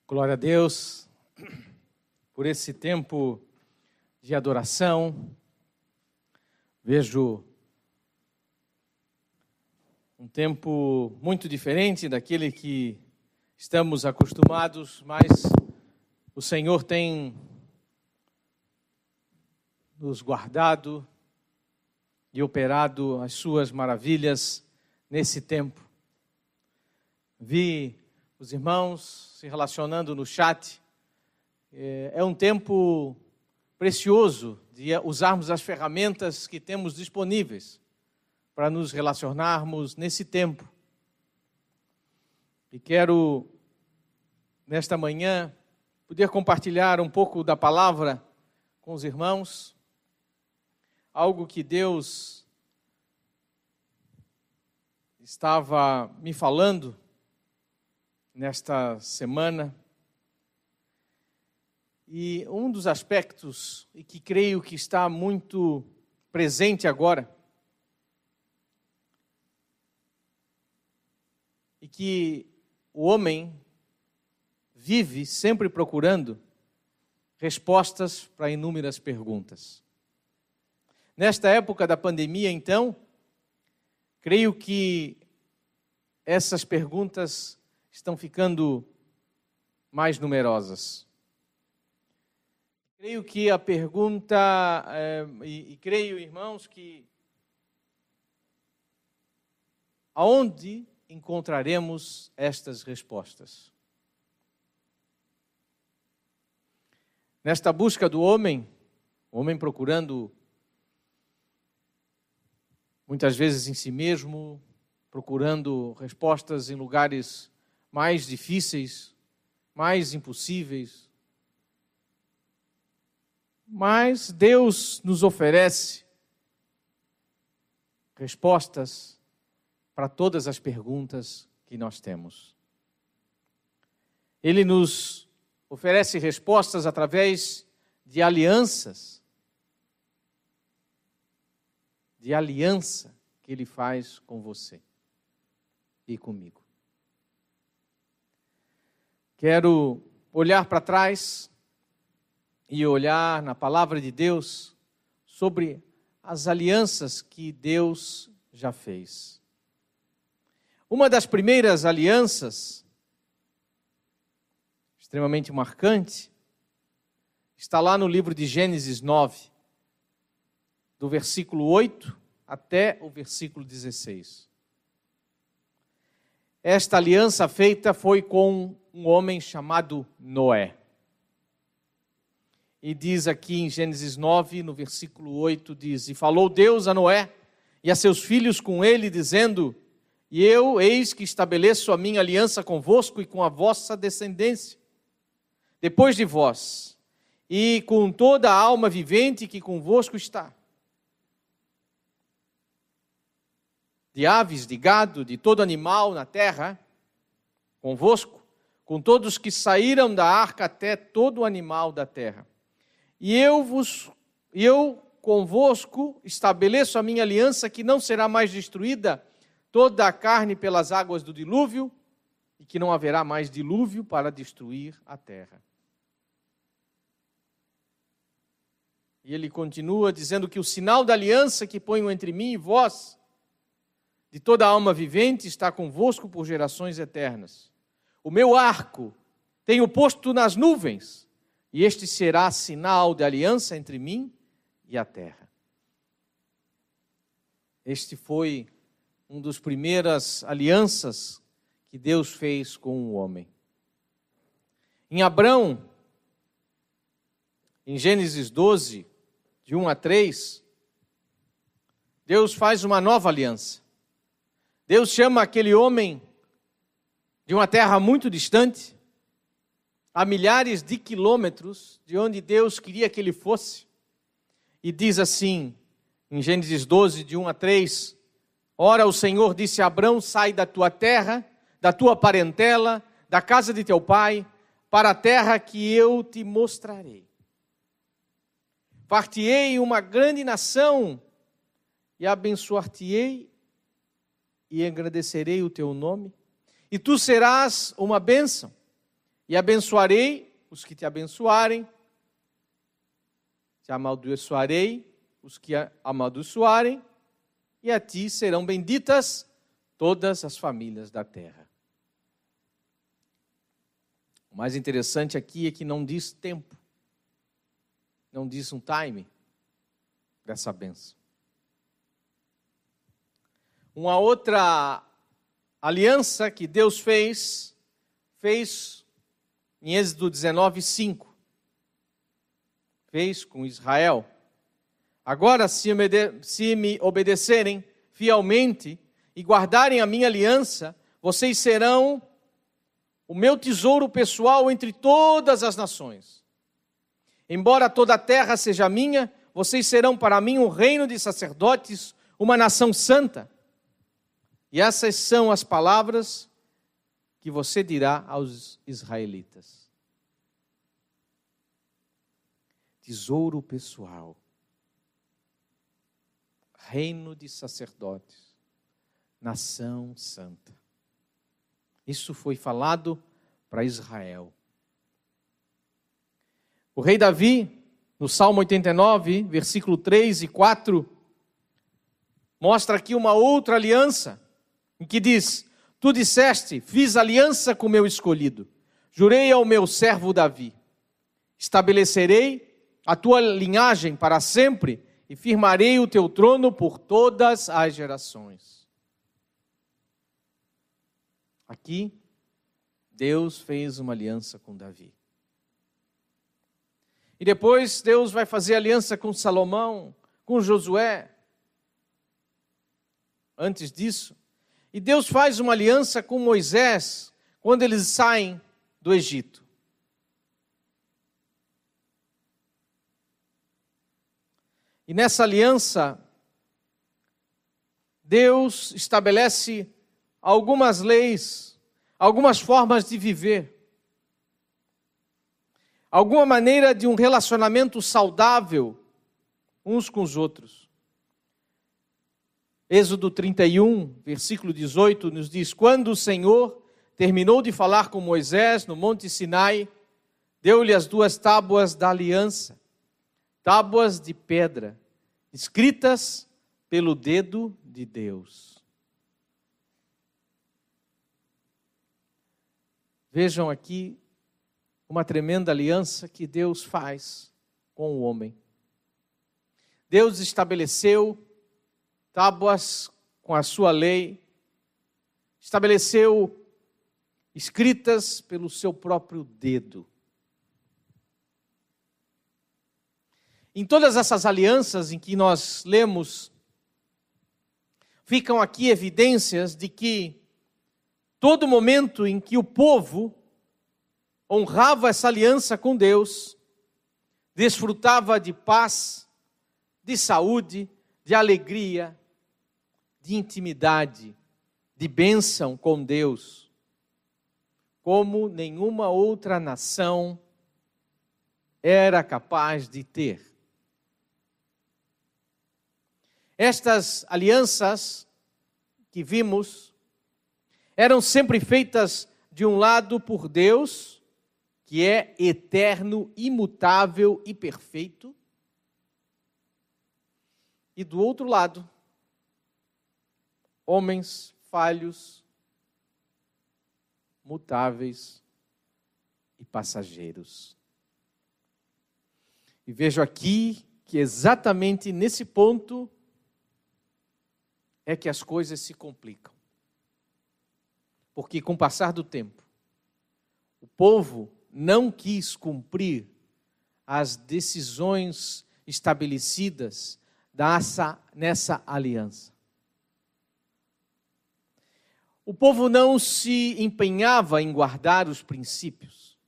Glória a Deus por esse tempo de adoração. Vejo um tempo muito diferente daquele que estamos acostumados, mas o Senhor tem nos guardado e operado as suas maravilhas nesse tempo. Vi os irmãos se relacionando no chat. É um tempo precioso de usarmos as ferramentas que temos disponíveis para nos relacionarmos nesse tempo. E quero, nesta manhã, poder compartilhar um pouco da palavra com os irmãos, algo que Deus estava me falando nesta semana. E um dos aspectos, e que creio que está muito presente agora, e que o homem vive sempre procurando respostas para inúmeras perguntas. Nesta época da pandemia, então, creio que essas perguntas estão ficando mais numerosas. Creio que a pergunta, creio, irmãos, que aonde encontraremos estas respostas? Nesta busca do homem, o homem procurando muitas vezes em si mesmo, procurando respostas em lugares mais difíceis, mais impossíveis. Mas Deus nos oferece respostas para todas as perguntas que nós temos. Ele nos oferece respostas através de alianças, de aliança que Ele faz com você e comigo. Quero olhar para trás e olhar na palavra de Deus sobre as alianças que Deus já fez. Uma das primeiras alianças, extremamente marcante, está lá no livro de Gênesis 9, do versículo 8 até o versículo 16. Esta aliança feita foi com um homem chamado Noé. E diz aqui em Gênesis 9, no versículo 8, diz: E falou Deus a Noé e a seus filhos com ele, dizendo: E eu, eis que estabeleço a minha aliança convosco e com a vossa descendência, depois de vós, e com toda a alma vivente que convosco está, de aves, de gado, de todo animal na terra, convosco, com todos que saíram da arca até todo animal da terra. E eu convosco estabeleço a minha aliança, que não será mais destruída toda a carne pelas águas do dilúvio, e que não haverá mais dilúvio para destruir a terra. E ele continua dizendo que o sinal da aliança que ponho entre mim e vós, de toda a alma vivente, está convosco por gerações eternas. O meu arco tenho posto nas nuvens, e este será sinal de aliança entre mim e a terra. Este foi uma das primeiras alianças que Deus fez com o homem. Em Abrão, em Gênesis 12, de 1 a 3, Deus faz uma nova aliança. Deus chama aquele homem de uma terra muito distante, a milhares de quilômetros de onde Deus queria que ele fosse, e diz assim, em Gênesis 12, de 1 a 3, Ora, o Senhor disse a Abrão: sai da tua terra, da tua parentela, da casa de teu pai, para a terra que eu te mostrarei. Far-te-ei uma grande nação, e abençoar-te-ei, e engrandecerei o teu nome, e tu serás uma bênção. e abençoarei os que te abençoarem, te amaldiçoarei os que amaldiçoarem, e a ti serão benditas todas as famílias da terra. O mais interessante aqui é que não diz tempo, não diz um time dessa bênção. Uma outra aliança que Deus fez em Êxodo 19:5. Fez com Israel. Agora, se me obedecerem fielmente e guardarem a minha aliança, vocês serão o meu tesouro pessoal entre todas as nações. Embora toda a terra seja minha, vocês serão para mim um reino de sacerdotes, uma nação santa. E essas são as palavras que você dirá aos israelitas. Tesouro pessoal, reino de sacerdotes, nação santa. Isso foi falado para Israel. O rei Davi, no Salmo 89, versículo 3 e 4, mostra aqui uma outra aliança, em que diz: tu disseste, fiz aliança com meu escolhido, jurei ao meu servo Davi, estabelecerei a tua linhagem para sempre e firmarei o teu trono por todas as gerações. Aqui, Deus fez uma aliança com Davi. E depois Deus vai fazer aliança com Salomão, com Josué. Antes disso, e Deus faz uma aliança com Moisés quando eles saem do Egito. E nessa aliança, Deus estabelece algumas leis, algumas formas de viver, alguma maneira de um relacionamento saudável uns com os outros. Êxodo 31, versículo 18, nos diz: quando o Senhor terminou de falar com Moisés no Monte Sinai, deu-lhe as 2 tábuas da aliança, tábuas de pedra, escritas pelo dedo de Deus. Vejam aqui uma tremenda aliança que Deus faz com o homem. Deus estabeleceu tábuas com a sua lei, estabeleceu escritas pelo seu próprio dedo. Em todas essas alianças em que nós lemos, ficam aqui evidências de que todo momento em que o povo honrava essa aliança com Deus, desfrutava de paz, de saúde, de alegria, de intimidade, de bênção com Deus, como nenhuma outra nação era capaz de ter. Estas alianças que vimos eram sempre feitas de um lado por Deus, que é eterno, imutável e perfeito, e do outro lado, homens falhos, mutáveis e passageiros. E vejo aqui que exatamente nesse ponto é que as coisas se complicam. Porque com o passar do tempo, o povo não quis cumprir as decisões estabelecidas nessa aliança. O povo não se empenhava em guardar os princípios.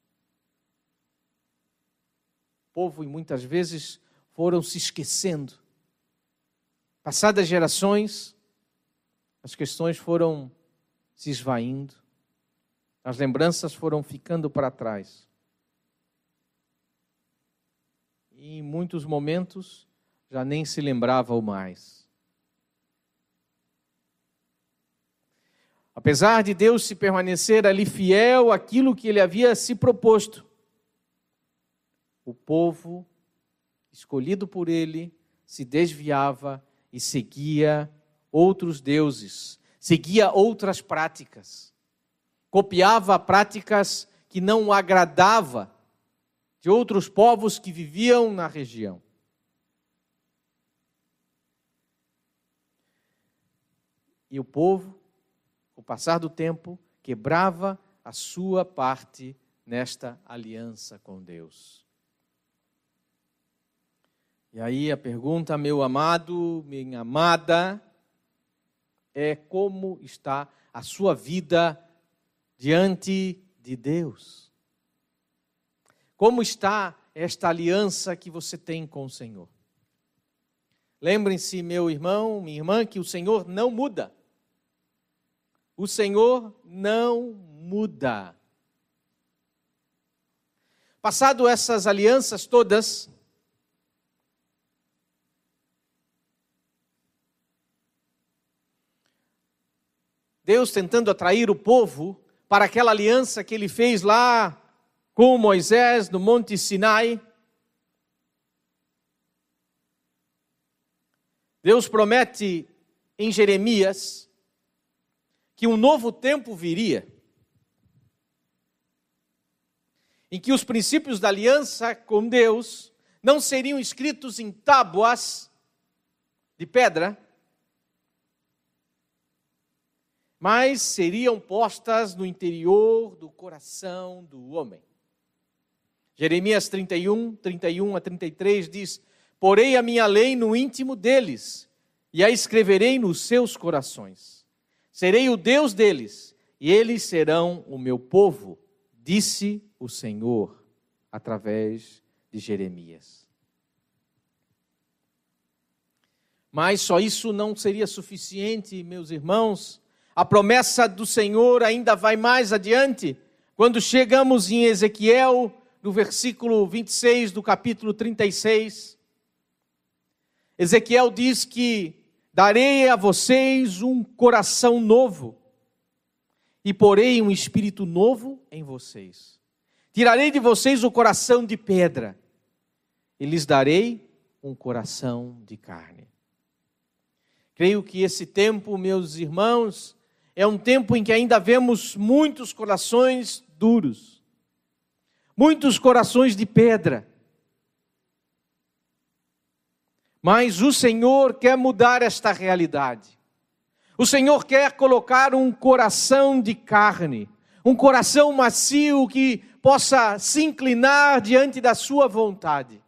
O povo, muitas vezes, foram se esquecendo. Passadas gerações, as questões foram se esvaindo, as lembranças foram ficando para trás. E em muitos momentos já nem se lembravam mais. A Apesar de Deus se permanecer ali fiel àquilo que ele havia se proposto, o povo escolhido por ele se desviava e seguia outros deuses, seguia outras práticas, copiava práticas que não agradavam de outros povos que viviam na região. E o povo, com o passar do tempo, quebrava a sua parte nesta aliança com Deus. E aí a pergunta, meu amado, minha amada, é como está a sua vida diante de Deus? Como está esta aliança que você tem com o Senhor? Lembrem-se, meu irmão, minha irmã, que o Senhor não muda. O Senhor não muda. Passado essas alianças todas, Deus tentando atrair o povo para aquela aliança que ele fez lá com Moisés no Monte Sinai. Deus promete em Jeremias que um novo tempo viria, em que os princípios da aliança com Deus não seriam escritos em tábuas de pedra, mas seriam postas no interior do coração do homem. Jeremias 31 a 33 diz: porei a minha lei no íntimo deles, e a escreverei nos seus corações. Serei o Deus deles, e eles serão o meu povo, disse o Senhor, através de Jeremias. Mas só isso não seria suficiente, meus irmãos. A promessa do Senhor ainda vai mais adiante, quando chegamos em Ezequiel, no versículo 26 do capítulo 36. Ezequiel diz que darei a vocês um coração novo e porei um espírito novo em vocês. Tirarei de vocês o coração de pedra e lhes darei um coração de carne. Creio que esse tempo, meus irmãos, é um tempo em que ainda vemos muitos corações duros, muitos corações de pedra. Mas o Senhor quer mudar esta realidade. O Senhor quer colocar um coração de carne, um coração macio que possa se inclinar diante da sua vontade.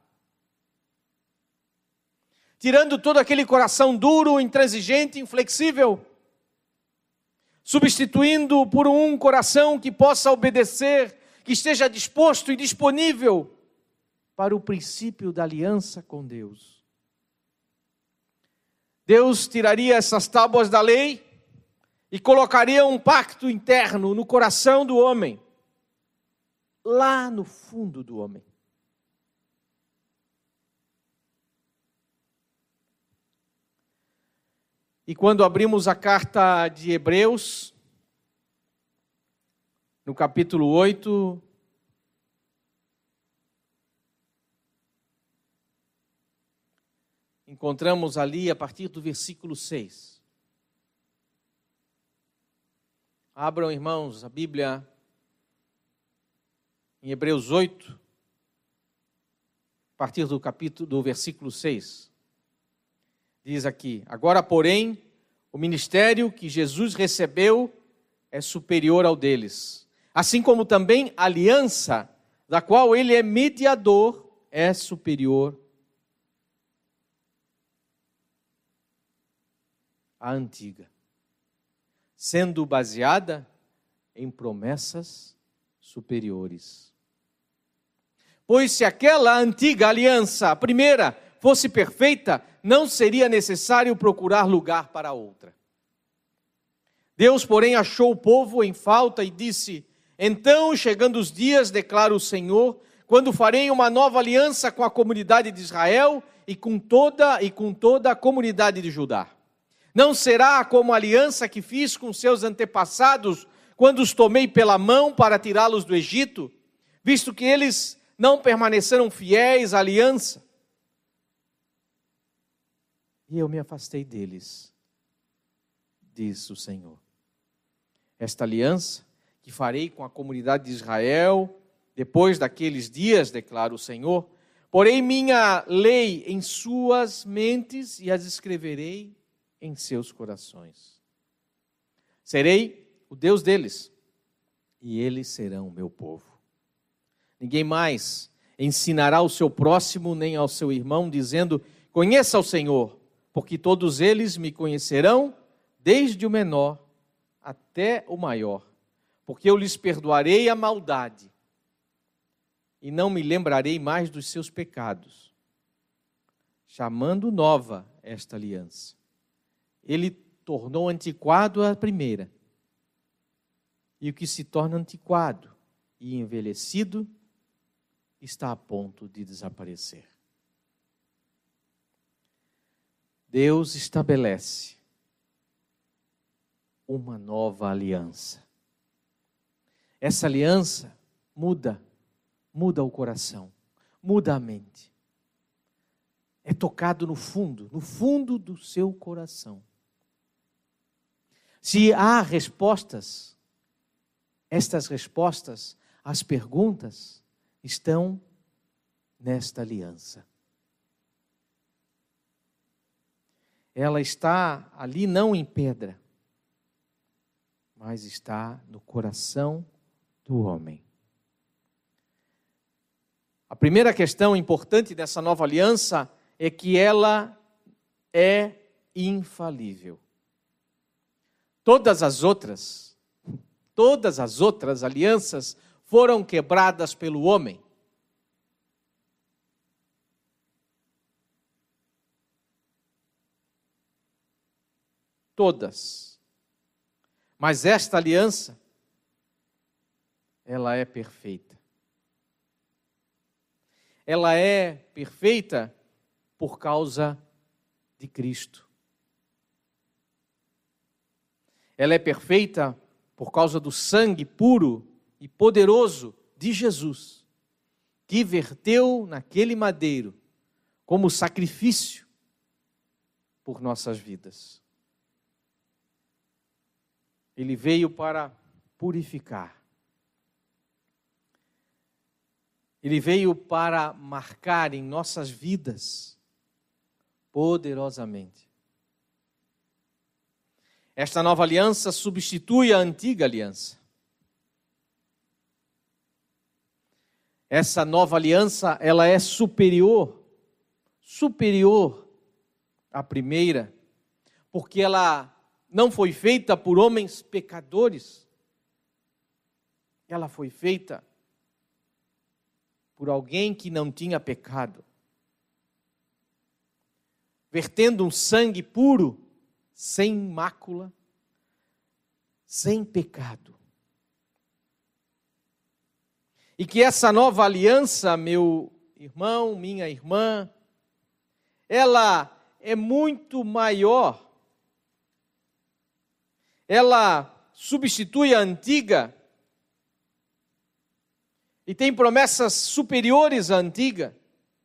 Tirando todo aquele coração duro, intransigente, inflexível, substituindo por um coração que possa obedecer, que esteja disposto e disponível para o princípio da aliança com Deus. Deus tiraria essas tábuas da lei e colocaria um pacto interno no coração do homem, lá no fundo do homem. E quando abrimos a carta de Hebreus, no capítulo 8, encontramos ali a partir do versículo 6. Abram, irmãos, a Bíblia em Hebreus 8, a partir do versículo 6. Diz aqui: agora, porém, o ministério que Jesus recebeu é superior ao deles, assim como também a aliança da qual ele é mediador é superior à antiga, sendo baseada em promessas superiores. Pois se aquela antiga aliança, a primeira, fosse perfeita, não seria necessário procurar lugar para outra. Deus, porém, achou o povo em falta e disse: então, chegando os dias, declara o Senhor, quando farei uma nova aliança com a comunidade de Israel e com toda a comunidade de Judá. Não será como a aliança que fiz com seus antepassados, quando os tomei pela mão para tirá-los do Egito, visto que eles não permaneceram fiéis à aliança. E eu me afastei deles, diz o Senhor. Esta aliança que farei com a comunidade de Israel, depois daqueles dias, declara o Senhor, porei minha lei em suas mentes e as escreverei em seus corações. Serei o Deus deles, e eles serão o meu povo. Ninguém mais ensinará ao seu próximo, nem ao seu irmão, dizendo, conheça o Senhor, porque todos eles me conhecerão, desde o menor até o maior, porque eu lhes perdoarei a maldade, e não me lembrarei mais dos seus pecados, chamando nova esta aliança. Ele tornou antiquado a primeira, e o que se torna antiquado e envelhecido está a ponto de desaparecer. Deus estabelece uma nova aliança. Essa aliança muda o coração, muda a mente. É tocado no fundo do seu coração. Se há respostas, estas respostas às perguntas estão nesta aliança. Ela está ali não em pedra, mas está no coração do homem. A primeira questão importante dessa nova aliança é que ela é infalível. Todas as outras alianças foram quebradas pelo homem. Todas. Mas esta aliança, ela é perfeita. Ela é perfeita por causa de Cristo. Ela é perfeita por causa do sangue puro e poderoso de Jesus, que verteu naquele madeiro como sacrifício por nossas vidas. Ele veio para purificar. Ele veio para marcar em nossas vidas poderosamente. Esta nova aliança substitui a antiga aliança. Essa nova aliança, ela é superior à primeira, porque ela não foi feita por homens pecadores. Ela foi feita por alguém que não tinha pecado, vertendo um sangue puro, sem mácula, sem pecado. E que essa nova aliança, meu irmão, minha irmã, ela é muito maior. Ela substitui a antiga e tem promessas superiores à antiga.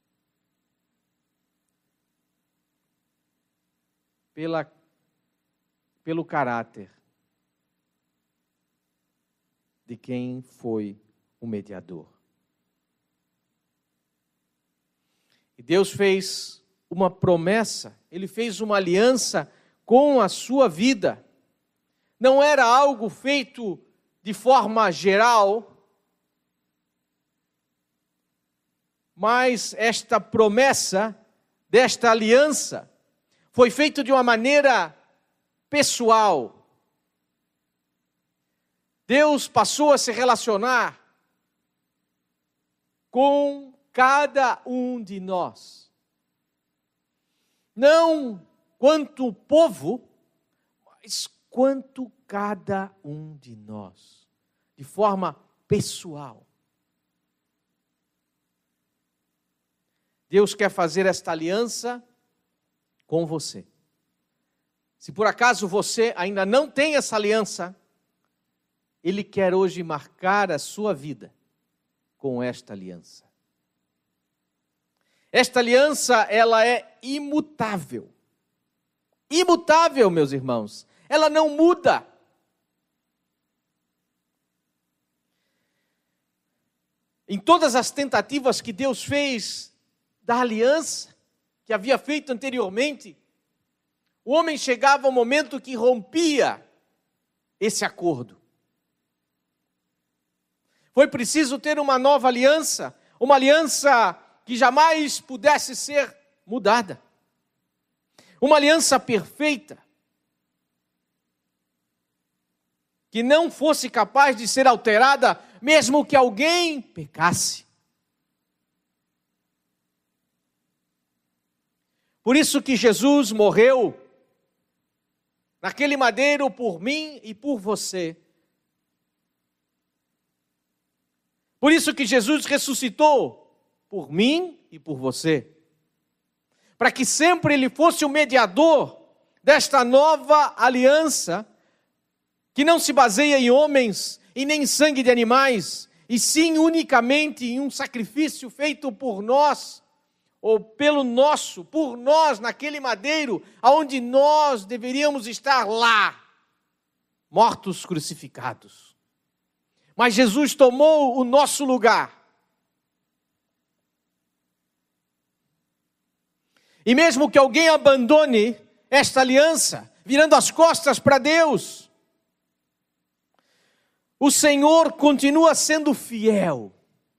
Pelo caráter de quem foi o mediador. E Deus fez uma promessa, Ele fez uma aliança com a sua vida. Não era algo feito de forma geral, mas esta promessa desta aliança foi feita de uma maneira pessoal. Deus passou a se relacionar com cada um de nós. Não quanto povo, mas quanto cada um de nós, de forma pessoal. Deus quer fazer esta aliança com você. Se por acaso você ainda não tem essa aliança, Ele quer hoje marcar a sua vida com esta aliança. Esta aliança, ela é imutável. Imutável, meus irmãos. Ela não muda. Em todas as tentativas que Deus fez da aliança que havia feito anteriormente, o homem chegava ao momento que rompia esse acordo. Foi preciso ter uma nova aliança, uma aliança que jamais pudesse ser mudada. Uma aliança perfeita, que não fosse capaz de ser alterada, mesmo que alguém pecasse. Por isso que Jesus morreu naquele madeiro por mim e por você. Por isso que Jesus ressuscitou por mim e por você. Para que sempre Ele fosse o mediador desta nova aliança, que não se baseia em homens e nem em sangue de animais, e sim unicamente em um sacrifício feito por nós, ou por nós naquele madeiro, aonde nós deveríamos estar lá, mortos crucificados. Mas Jesus tomou o nosso lugar. E mesmo que alguém abandone esta aliança, virando as costas para Deus, o Senhor continua sendo fiel.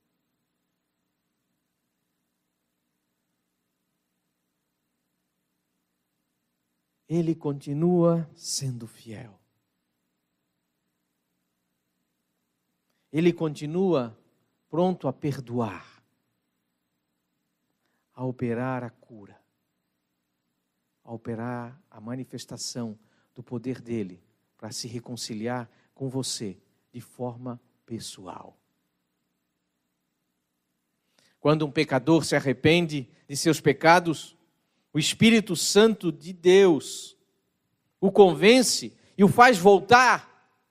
Ele continua sendo fiel. Ele continua pronto a perdoar, a operar a cura, a operar a manifestação do poder dele para se reconciliar com você de forma pessoal. Quando um pecador se arrepende de seus pecados, o Espírito Santo de Deus o convence e o faz voltar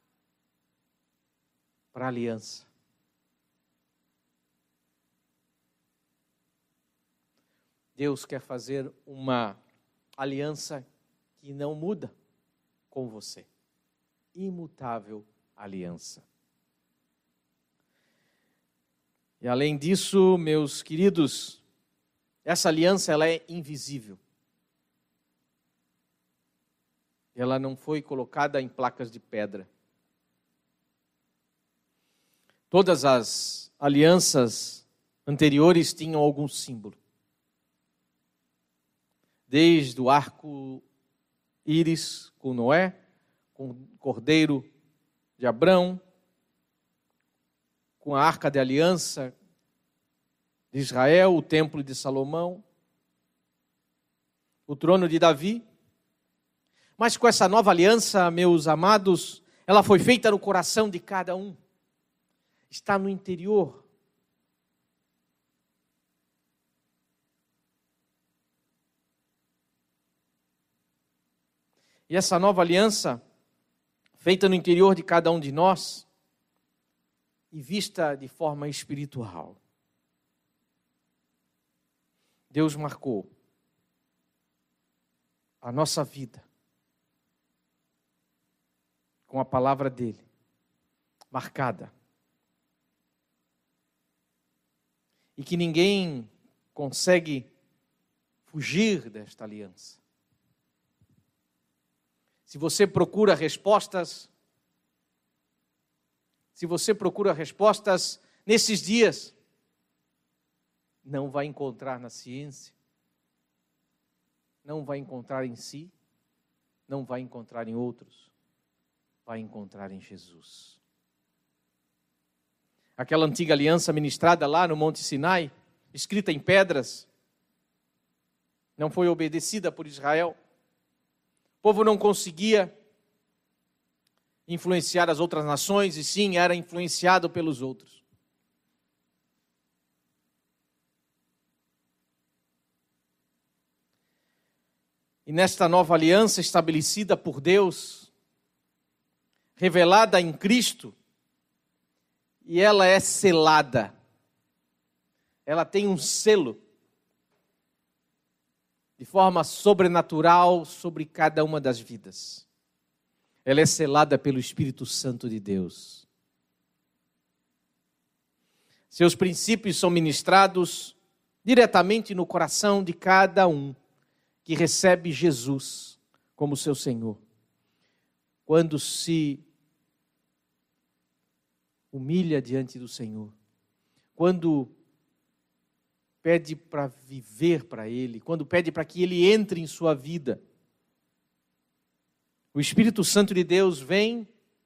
para a aliança. Deus quer fazer uma aliança que não muda com você. Imutável aliança. E além disso, meus queridos, essa aliança ela é invisível. Ela não foi colocada em placas de pedra. Todas as alianças anteriores tinham algum símbolo. Desde o arco-íris com Noé, com o cordeiro de Abrão, com a arca de aliança de Israel, o templo de Salomão, o trono de Davi. Mas com essa nova aliança, meus amados, ela foi feita no coração de cada um. Está no interior. E essa nova aliança, feita no interior de cada um de nós, e vista de forma espiritual. Deus marcou a nossa vida com a palavra dele, marcada. E que ninguém consegue fugir desta aliança. Se você procura respostas, nesses dias, não vai encontrar na ciência, não vai encontrar em si, não vai encontrar em outros, vai encontrar em Jesus. Aquela antiga aliança ministrada lá no Monte Sinai, escrita em pedras, não foi obedecida por Israel. O povo não conseguia influenciar as outras nações, e sim, era influenciado pelos outros. E nesta nova aliança estabelecida por Deus, revelada em Cristo, e ela é selada. Ela tem um selo de forma sobrenatural sobre cada uma das vidas. Ela é selada pelo Espírito Santo de Deus. Seus princípios são ministrados diretamente no coração de cada um que recebe Jesus como seu Senhor. Quando se humilha diante do Senhor, quando pede para viver para Ele, quando pede para que Ele entre em sua vida, o Espírito Santo de Deus vem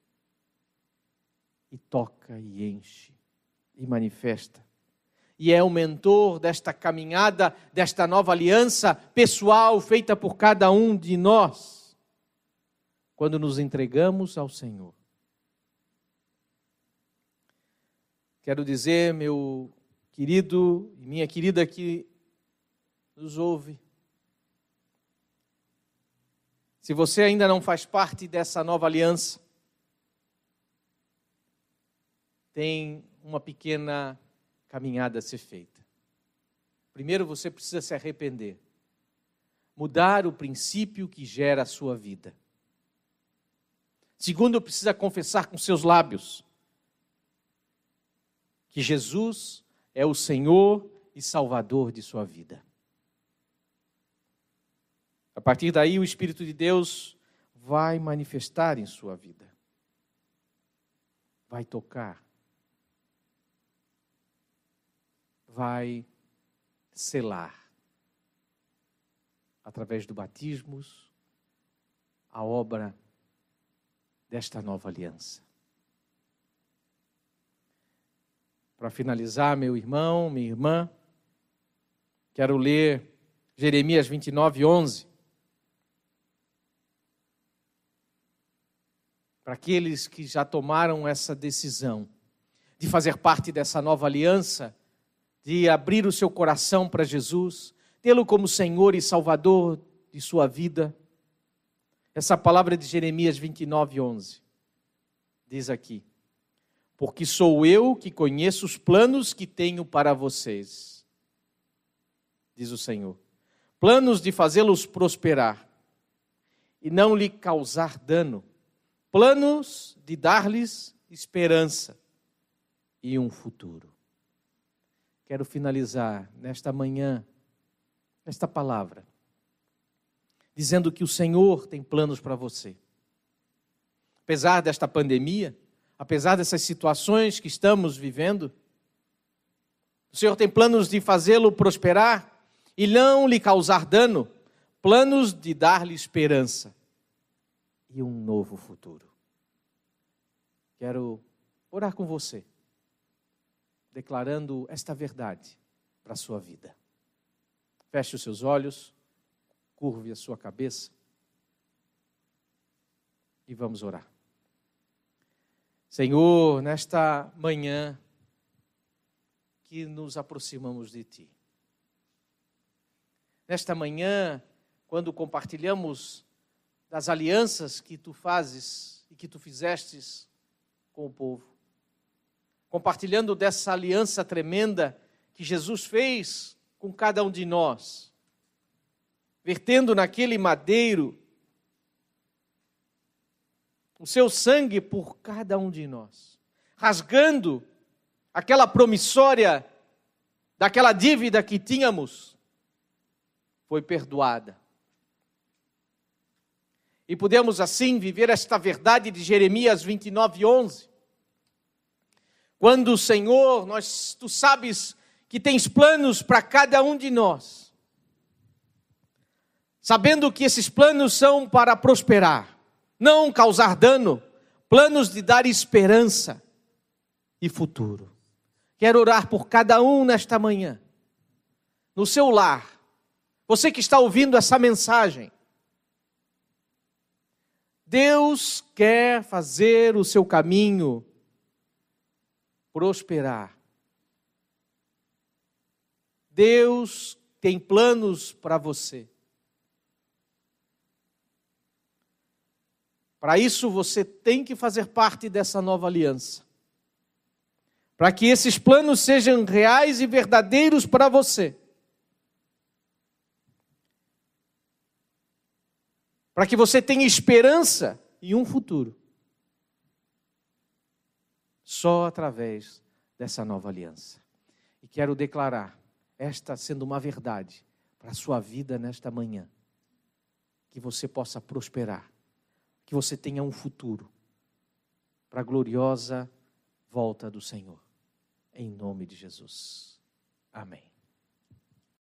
e toca e enche e manifesta. E é o mentor desta caminhada, desta nova aliança pessoal feita por cada um de nós, quando nos entregamos ao Senhor. Quero dizer, meu querido e minha querida que nos ouve, se você ainda não faz parte dessa nova aliança, tem uma pequena caminhada a ser feita. Primeiro você precisa se arrepender, mudar o princípio que gera a sua vida. Segundo, precisa confessar com seus lábios que Jesus é o Senhor e Salvador de sua vida. A partir daí, o Espírito de Deus vai manifestar em sua vida. Vai tocar. Vai selar. Através do batismo, a obra desta nova aliança. Para finalizar, meu irmão, minha irmã, quero ler Jeremias 29:11. Para aqueles que já tomaram essa decisão de fazer parte dessa nova aliança, de abrir o seu coração para Jesus, tê-lo como Senhor e Salvador de sua vida. Essa palavra de Jeremias 29:11 diz aqui: porque sou eu que conheço os planos que tenho para vocês, diz o Senhor, planos de fazê-los prosperar e não lhe causar dano, planos de dar-lhes esperança e um futuro. Quero finalizar nesta manhã, esta palavra, dizendo que o Senhor tem planos para você. Apesar desta pandemia, apesar dessas situações que estamos vivendo, o Senhor tem planos de fazê-lo prosperar e não lhe causar dano, planos de dar-lhe esperança e um novo futuro. Quero orar com você, declarando esta verdade para a sua vida. Feche os seus olhos, curve a sua cabeça e vamos orar. Senhor, nesta manhã que nos aproximamos de Ti, nesta manhã, quando compartilhamos das alianças que Tu fazes e que Tu fizestes com o povo, compartilhando dessa aliança tremenda que Jesus fez com cada um de nós, vertendo naquele madeiro o seu sangue por cada um de nós, rasgando aquela promissória daquela dívida que tínhamos, foi perdoada. E podemos assim viver esta verdade de Jeremias 29:11. Quando o Senhor, Tu sabes que tens planos para cada um de nós, sabendo que esses planos são para prosperar, não causar dano, planos de dar esperança e futuro. Quero orar por cada um nesta manhã, no seu lar, você que está ouvindo essa mensagem. Deus quer fazer o seu caminho prosperar. Deus tem planos para você. Para isso você tem que fazer parte dessa nova aliança. Para que esses planos sejam reais e verdadeiros para você. Para que você tenha esperança e um futuro. Só através dessa nova aliança. E quero declarar esta sendo uma verdade para a sua vida nesta manhã. Que você possa prosperar. Que você tenha um futuro para a gloriosa volta do Senhor. Em nome de Jesus. Amém.